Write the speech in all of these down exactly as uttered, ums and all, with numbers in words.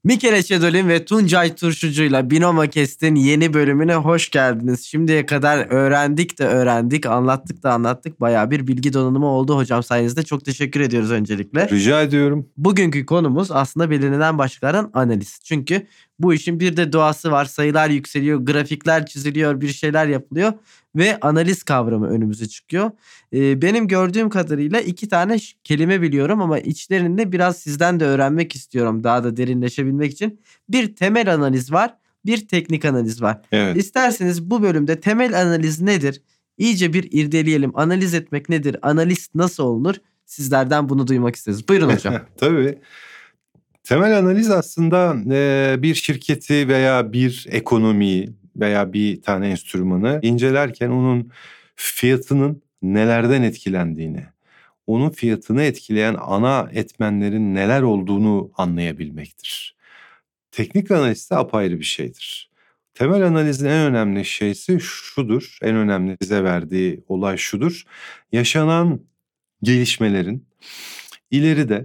Mikele Çedolin ve Tuncay Turşucu'yla Binomo Kest'in yeni bölümüne hoş geldiniz. Şimdiye kadar öğrendik de öğrendik, anlattık da anlattık. Bayağı bir bilgi donanımı oldu hocam sayenizde. Çok teşekkür ediyoruz öncelikle. Rica ediyorum. Bugünkü konumuz aslında belirlenen başlıklardan analiz. Çünkü bu işin bir de doğası var. Sayılar yükseliyor, grafikler çiziliyor, bir şeyler yapılıyor ve analiz kavramı önümüze çıkıyor. Ee, benim gördüğüm kadarıyla iki tane kelime biliyorum ama içlerinde biraz sizden de öğrenmek istiyorum daha da derinleşebilmek için. Bir temel analiz var, bir teknik analiz var. Evet. İsterseniz bu bölümde temel analiz nedir? İyice bir irdeleyelim. Analiz etmek nedir? Analist nasıl olunur? Sizlerden bunu duymak isteriz. Buyurun hocam. Tabii. Temel analiz aslında e, bir şirketi veya bir ekonomiyi veya bir tane enstrümanı incelerken onun fiyatının nelerden etkilendiğini, onun fiyatını etkileyen ana etmenlerin neler olduğunu anlayabilmektir. Teknik analiz de apayrı bir şeydir. Temel analizin en önemli şeysi şudur, en önemli bize verdiği olay şudur. Yaşanan gelişmelerin ileride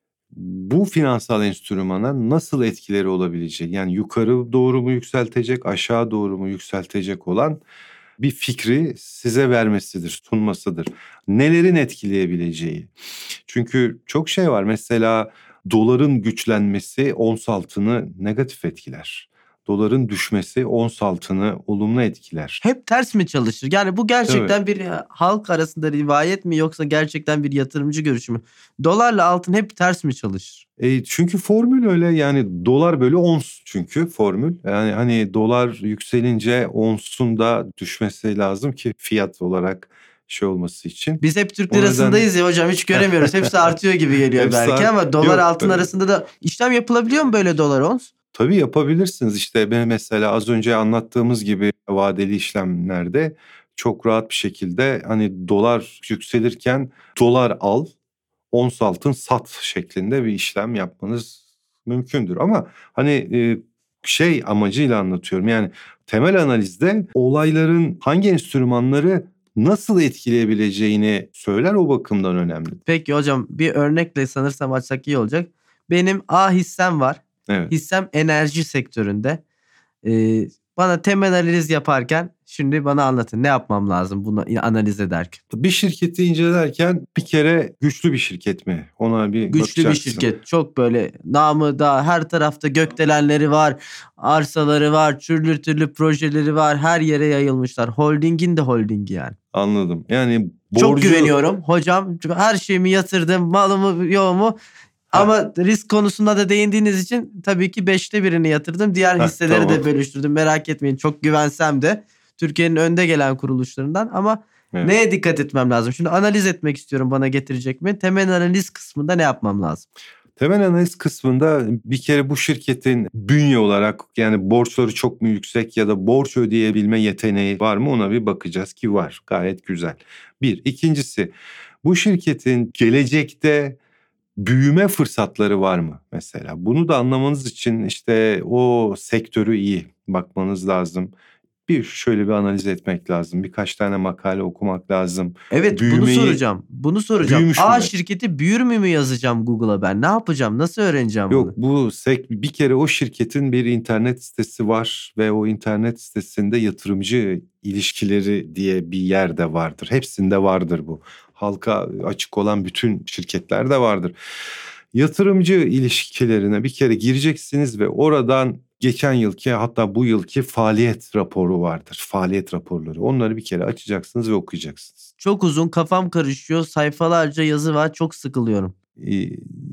bu finansal enstrümana nasıl etkileri olabilecek? Yani yukarı doğru mu yükseltecek, aşağı doğru mu yükseltecek olan bir fikri size vermesidir, sunmasıdır. Nelerin etkileyebileceği. Çünkü çok şey var. Mesela doların güçlenmesi ons altını negatif etkiler. Doların düşmesi ons altını olumlu etkiler. Hep ters mi çalışır? Yani bu gerçekten Tabii. bir halk arasında rivayet mi yoksa gerçekten bir yatırımcı görüşü mü? Dolarla altın hep ters mi çalışır? E, çünkü formül öyle, yani dolar bölü ons çünkü formül. Yani hani dolar yükselince onsun da düşmesi lazım ki fiyat olarak şey olması için. Biz hep Türk O lirasındayız neden- ya hocam, hiç göremiyoruz. Hepsi artıyor gibi geliyor Hepsi belki art- ama dolar Yok, altın öyle. arasında da işlem yapılabiliyor mu böyle dolar ons? Tabii yapabilirsiniz. İşte ben mesela az önce anlattığımız gibi vadeli işlemlerde çok rahat bir şekilde hani dolar yükselirken dolar al, ons altın sat şeklinde bir işlem yapmanız mümkündür. Ama hani e, şey amacıyla anlatıyorum. Yani temel analizde olayların hangi enstrümanları nasıl etkileyebileceğini söyler, o bakımdan önemli. Peki hocam, bir örnekle sanırsam açsak iyi olacak. Benim A hissem var. Evet. Hissem enerji sektöründe. Ee, bana temel analiz yaparken şimdi bana anlatın, ne yapmam lazım bunu analiz ederken? Bir şirketi incelerken bir kere güçlü bir şirket mi? Ona bir Güçlü bir bakacaksın. şirket. Çok böyle namı da, her tarafta gökdelenleri var. Arsaları var. Türlü türlü projeleri var. Her yere yayılmışlar. Holdingin de holdingi yani. Anladım. Yani borcu... Çok güveniyorum. Hocam her şeyimi yatırdım. Malımı yoğumu. Ama risk konusunda da değindiğiniz için tabii ki beşte birini yatırdım. Diğer Heh, hisseleri tamam. de bölüştürdüm. Merak etmeyin. Çok güvensem de Türkiye'nin önde gelen kuruluşlarından ama Evet. neye dikkat etmem lazım? Şimdi analiz etmek istiyorum, bana getirecek mi? Temel analiz kısmında ne yapmam lazım? Temel analiz kısmında bir kere bu şirketin bünye olarak, yani borçları çok mu yüksek ya da borç ödeyebilme yeteneği var mı, ona bir bakacağız ki var. Gayet güzel. Bir. İkincisi, bu şirketin gelecekte büyüme fırsatları var mı mesela? Bunu da anlamanız için işte o sektörü iyi bakmanız lazım. Bir şöyle bir analiz etmek lazım. Birkaç tane makale okumak lazım. Evet, bunu Büyümeyi- soracağım. Bunu soracağım. Büyümüş A mü? şirketi büyür mü mü yazacağım Google'a ben? Ne yapacağım? Nasıl öğreneceğim Yok, bunu? bu sek bir kere o şirketin bir internet sitesi var ve o internet sitesinde yatırımcı ilişkileri diye bir yer de vardır. Hepsinde vardır bu. Halka açık olan bütün şirketlerde vardır. Yatırımcı ilişkilerine bir kere gireceksiniz ve oradan geçen yılki, hatta bu yılki faaliyet raporu vardır. Faaliyet raporları. Onları bir kere açacaksınız ve okuyacaksınız. Çok uzun, kafam karışıyor. Sayfalarca yazı var. Çok sıkılıyorum. Ee,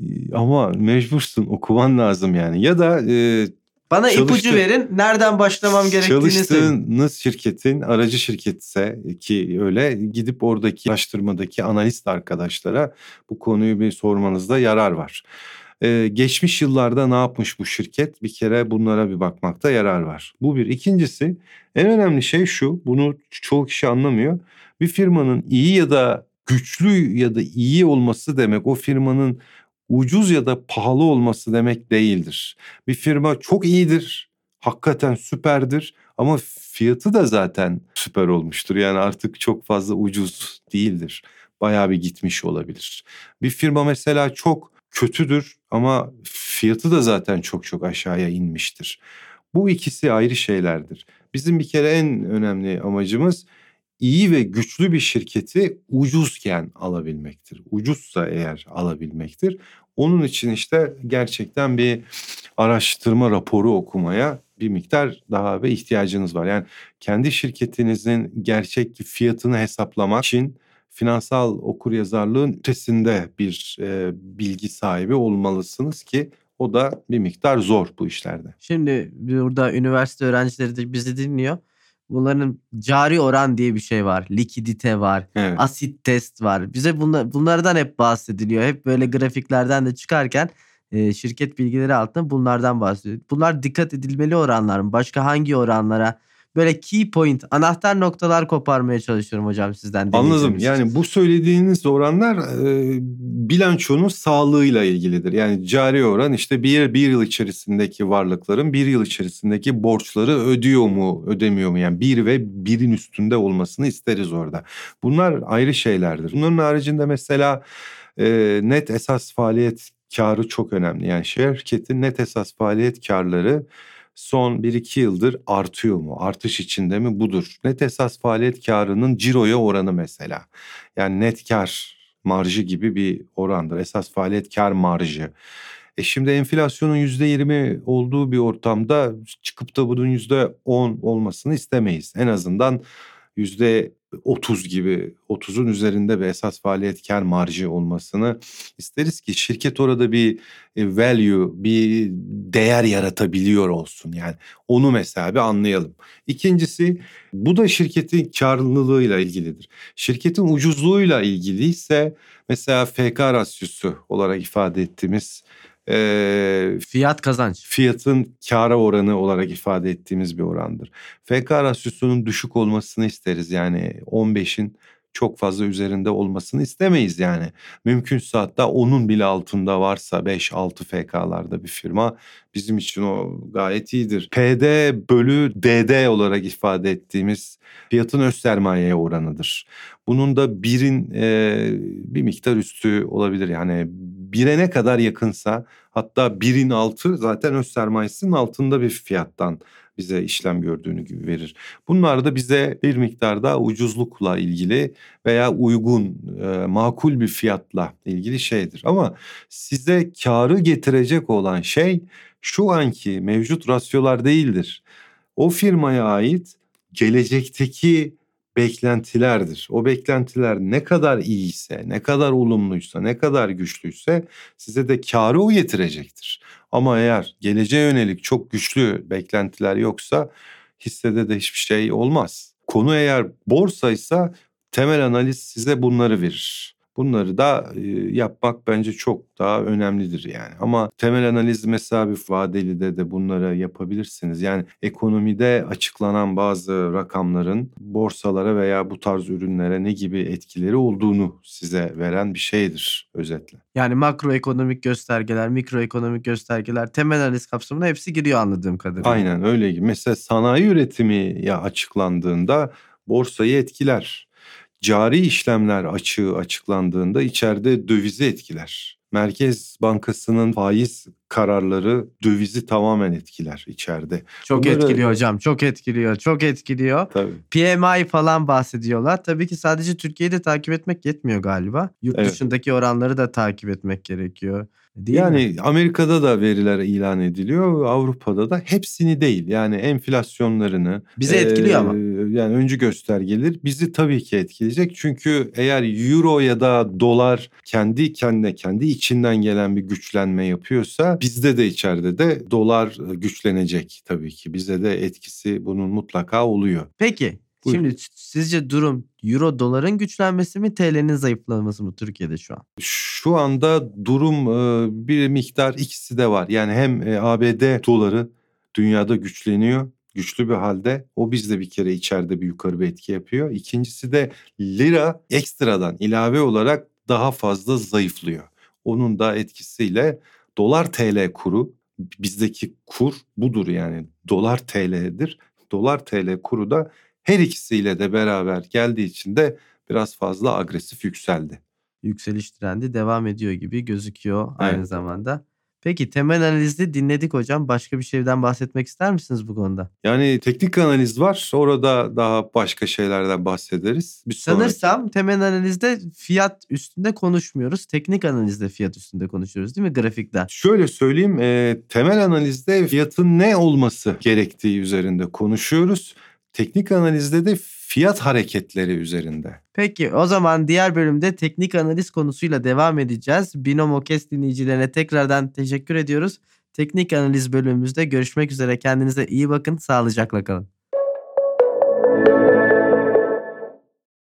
ama mecbursun, okuman lazım yani. Ya da e, Bana Çalıştı- ipucu verin. Nereden başlamam gerektiğini söyleyin. çalıştığınız şirketin aracı şirketse ki öyle, gidip oradaki araştırmadaki analist arkadaşlara bu konuyu bir sormanızda yarar var. Ee, geçmiş yıllarda ne yapmış bu şirket? Bir kere bunlara bir bakmakta yarar var. Bu bir. İkincisi, en önemli şey şu. Bunu çoğu kişi anlamıyor. Bir firmanın iyi ya da güçlü ya da iyi olması demek o firmanın ucuz ya da pahalı olması demek değildir. Bir firma çok iyidir, hakikaten süperdir ama fiyatı da zaten süper olmuştur. Yani artık çok fazla ucuz değildir. Bayağı bir gitmiş olabilir. Bir firma mesela çok kötüdür ama fiyatı da zaten çok çok aşağıya inmiştir. Bu ikisi ayrı şeylerdir. Bizim bir kere en önemli amacımız iyi ve güçlü bir şirketi ucuzken alabilmektir. Ucuzsa eğer alabilmektir. Onun için işte gerçekten bir araştırma raporu okumaya bir miktar daha ve ihtiyacınız var. Yani kendi şirketinizin gerçek fiyatını hesaplamak için finansal okuryazarlığın ötesinde bir e, bilgi sahibi olmalısınız ki o da bir miktar zor bu işlerde. Şimdi burada üniversite öğrencileri de bizi dinliyor. Bunların cari oran diye bir şey var. Likidite var. Evet. Asit test var. Bize bunla, bunlardan hep bahsediliyor. Hep böyle grafiklerden de çıkarken e, şirket bilgileri altında bunlardan bahsediyor. Bunlar dikkat edilmeli oranlar mı? Başka hangi oranlara? Böyle key point, anahtar noktalar koparmaya çalışıyorum hocam sizden. Anladım. Yani bu söylediğiniz oranlar e, bilançonun sağlığıyla ilgilidir. Yani cari oran işte bir, bir yıl içerisindeki varlıkların bir yıl içerisindeki borçları ödüyor mu, ödemiyor mu? Yani bir ve birin üstünde olmasını isteriz orada. Bunlar ayrı şeylerdir. Bunların haricinde mesela e, net esas faaliyet karı çok önemli. Yani şirketin net esas faaliyet karları son bir iki yıldır artıyor mu? Artış içinde mi? Budur. Net esas faaliyet karının ciroya oranı mesela. Yani net kar marjı gibi bir orandır. Esas faaliyet kar marjı. E şimdi enflasyonun yüzde yirmi olduğu bir ortamda çıkıp da bunun yüzde on olmasını istemeyiz. En azından yüzde otuz gibi, otuzun üzerinde bir esas faaliyet kar marjı olmasını isteriz ki şirket orada bir value, bir değer yaratabiliyor olsun. Yani onu mesela bir anlayalım. İkincisi, bu da şirketin karlılığıyla ilgilidir. Şirketin ucuzluğuyla ilgiliyse mesela F K rasyosu olarak ifade ettiğimiz e, Fiyat kazanç. fiyatın kâra oranı olarak ifade ettiğimiz bir orandır. F K rasyosunun düşük olmasını isteriz. Yani on beşin çok fazla üzerinde olmasını istemeyiz yani. Mümkünse hatta onun bile altında varsa beş altı F K'larda bir firma bizim için o gayet iyidir. P D bölü D D olarak ifade ettiğimiz fiyatın öz sermayeye oranıdır. Bunun da birin e, bir miktar üstü olabilir. Yani bire ne kadar yakınsa, hatta birin altı zaten öz sermayesinin altında bir fiyattan bize işlem gördüğünü gibi verir. Bunlar da bize bir miktar daha ucuzlukla ilgili veya uygun, e, makul bir fiyatla ilgili şeydir. Ama size karı getirecek olan şey şu anki mevcut rasyolar değildir. O firmaya ait gelecekteki beklentilerdir. O beklentiler ne kadar iyiyse, ne kadar olumluysa, ne kadar güçlüyse size de karı o getirecektir. Ama eğer geleceğe yönelik çok güçlü beklentiler yoksa hissede de hiçbir şey olmaz. Konu eğer borsaysa temel analiz size bunları verir. Bunları da e, yapmak bence çok daha önemlidir yani. Ama temel analiz mesela bir vadeli de de bunları yapabilirsiniz. Yani ekonomide açıklanan bazı rakamların borsalara veya bu tarz ürünlere ne gibi etkileri olduğunu size veren bir şeydir özetle. Yani makroekonomik göstergeler, mikroekonomik göstergeler, temel analiz kapsamına hepsi giriyor anladığım kadarıyla. Aynen öyle gibi. Mesela sanayi üretimi ya açıklandığında borsayı etkiler. Cari işlemler açığı açıklandığında içeride dövizi etkiler. Merkez Bankası'nın faiz kararları dövizi tamamen etkiler içeride. Çok Bunları... etkiliyor hocam, çok etkiliyor, çok etkiliyor. Tabii. P M I falan bahsediyorlar. Tabii ki sadece Türkiye'yi de takip etmek yetmiyor galiba. Yurt Evet. dışındaki oranları da takip etmek gerekiyor. Değil yani mi? Amerika'da da veriler ilan ediliyor, Avrupa'da da hepsini değil. Yani enflasyonlarını Bizi etkiliyor ama. Yani öncü göstergeler bizi tabii ki etkileyecek. Çünkü eğer euro ya da dolar kendi kendine kendi içinden gelen bir güçlenme yapıyorsa bizde de içeride de dolar güçlenecek tabii ki. Bize de etkisi bunun mutlaka oluyor. Peki. Buyurun. Şimdi sizce durum euro doların güçlenmesi mi, T L'nin zayıflaması mı Türkiye'de şu an? Şu anda durum bir miktar ikisi de var. Yani hem A B D doları dünyada güçleniyor, güçlü bir halde. O bizde bir kere içeride bir yukarı bir etki yapıyor. İkincisi de lira ekstradan ilave olarak daha fazla zayıflıyor. Onun da etkisiyle dolar T L kuru, bizdeki kur budur yani, dolar T L'dir. Dolar T L kuru da her ikisiyle de beraber geldiği için de biraz fazla agresif yükseldi. Yükseliş trendi devam ediyor gibi gözüküyor aynı Evet. zamanda. Peki temel analizi dinledik hocam. Başka bir şeyden bahsetmek ister misiniz bu konuda? Yani teknik analiz var. Orada daha başka şeylerden bahsederiz. Bir sonraki. Sanırsam temel analizde fiyat üstünde konuşmuyoruz. Teknik analizde fiyat üstünde konuşuyoruz değil mi grafikten? Şöyle söyleyeyim, e, temel analizde fiyatın ne olması gerektiği üzerinde konuşuyoruz. Teknik analizde de fiyat hareketleri üzerinde. Peki o zaman diğer bölümde teknik analiz konusuyla devam edeceğiz. Binomo Kes dinleyicilerine tekrardan teşekkür ediyoruz. Teknik analiz bölümümüzde görüşmek üzere. Kendinize iyi bakın. Sağlıcakla kalın.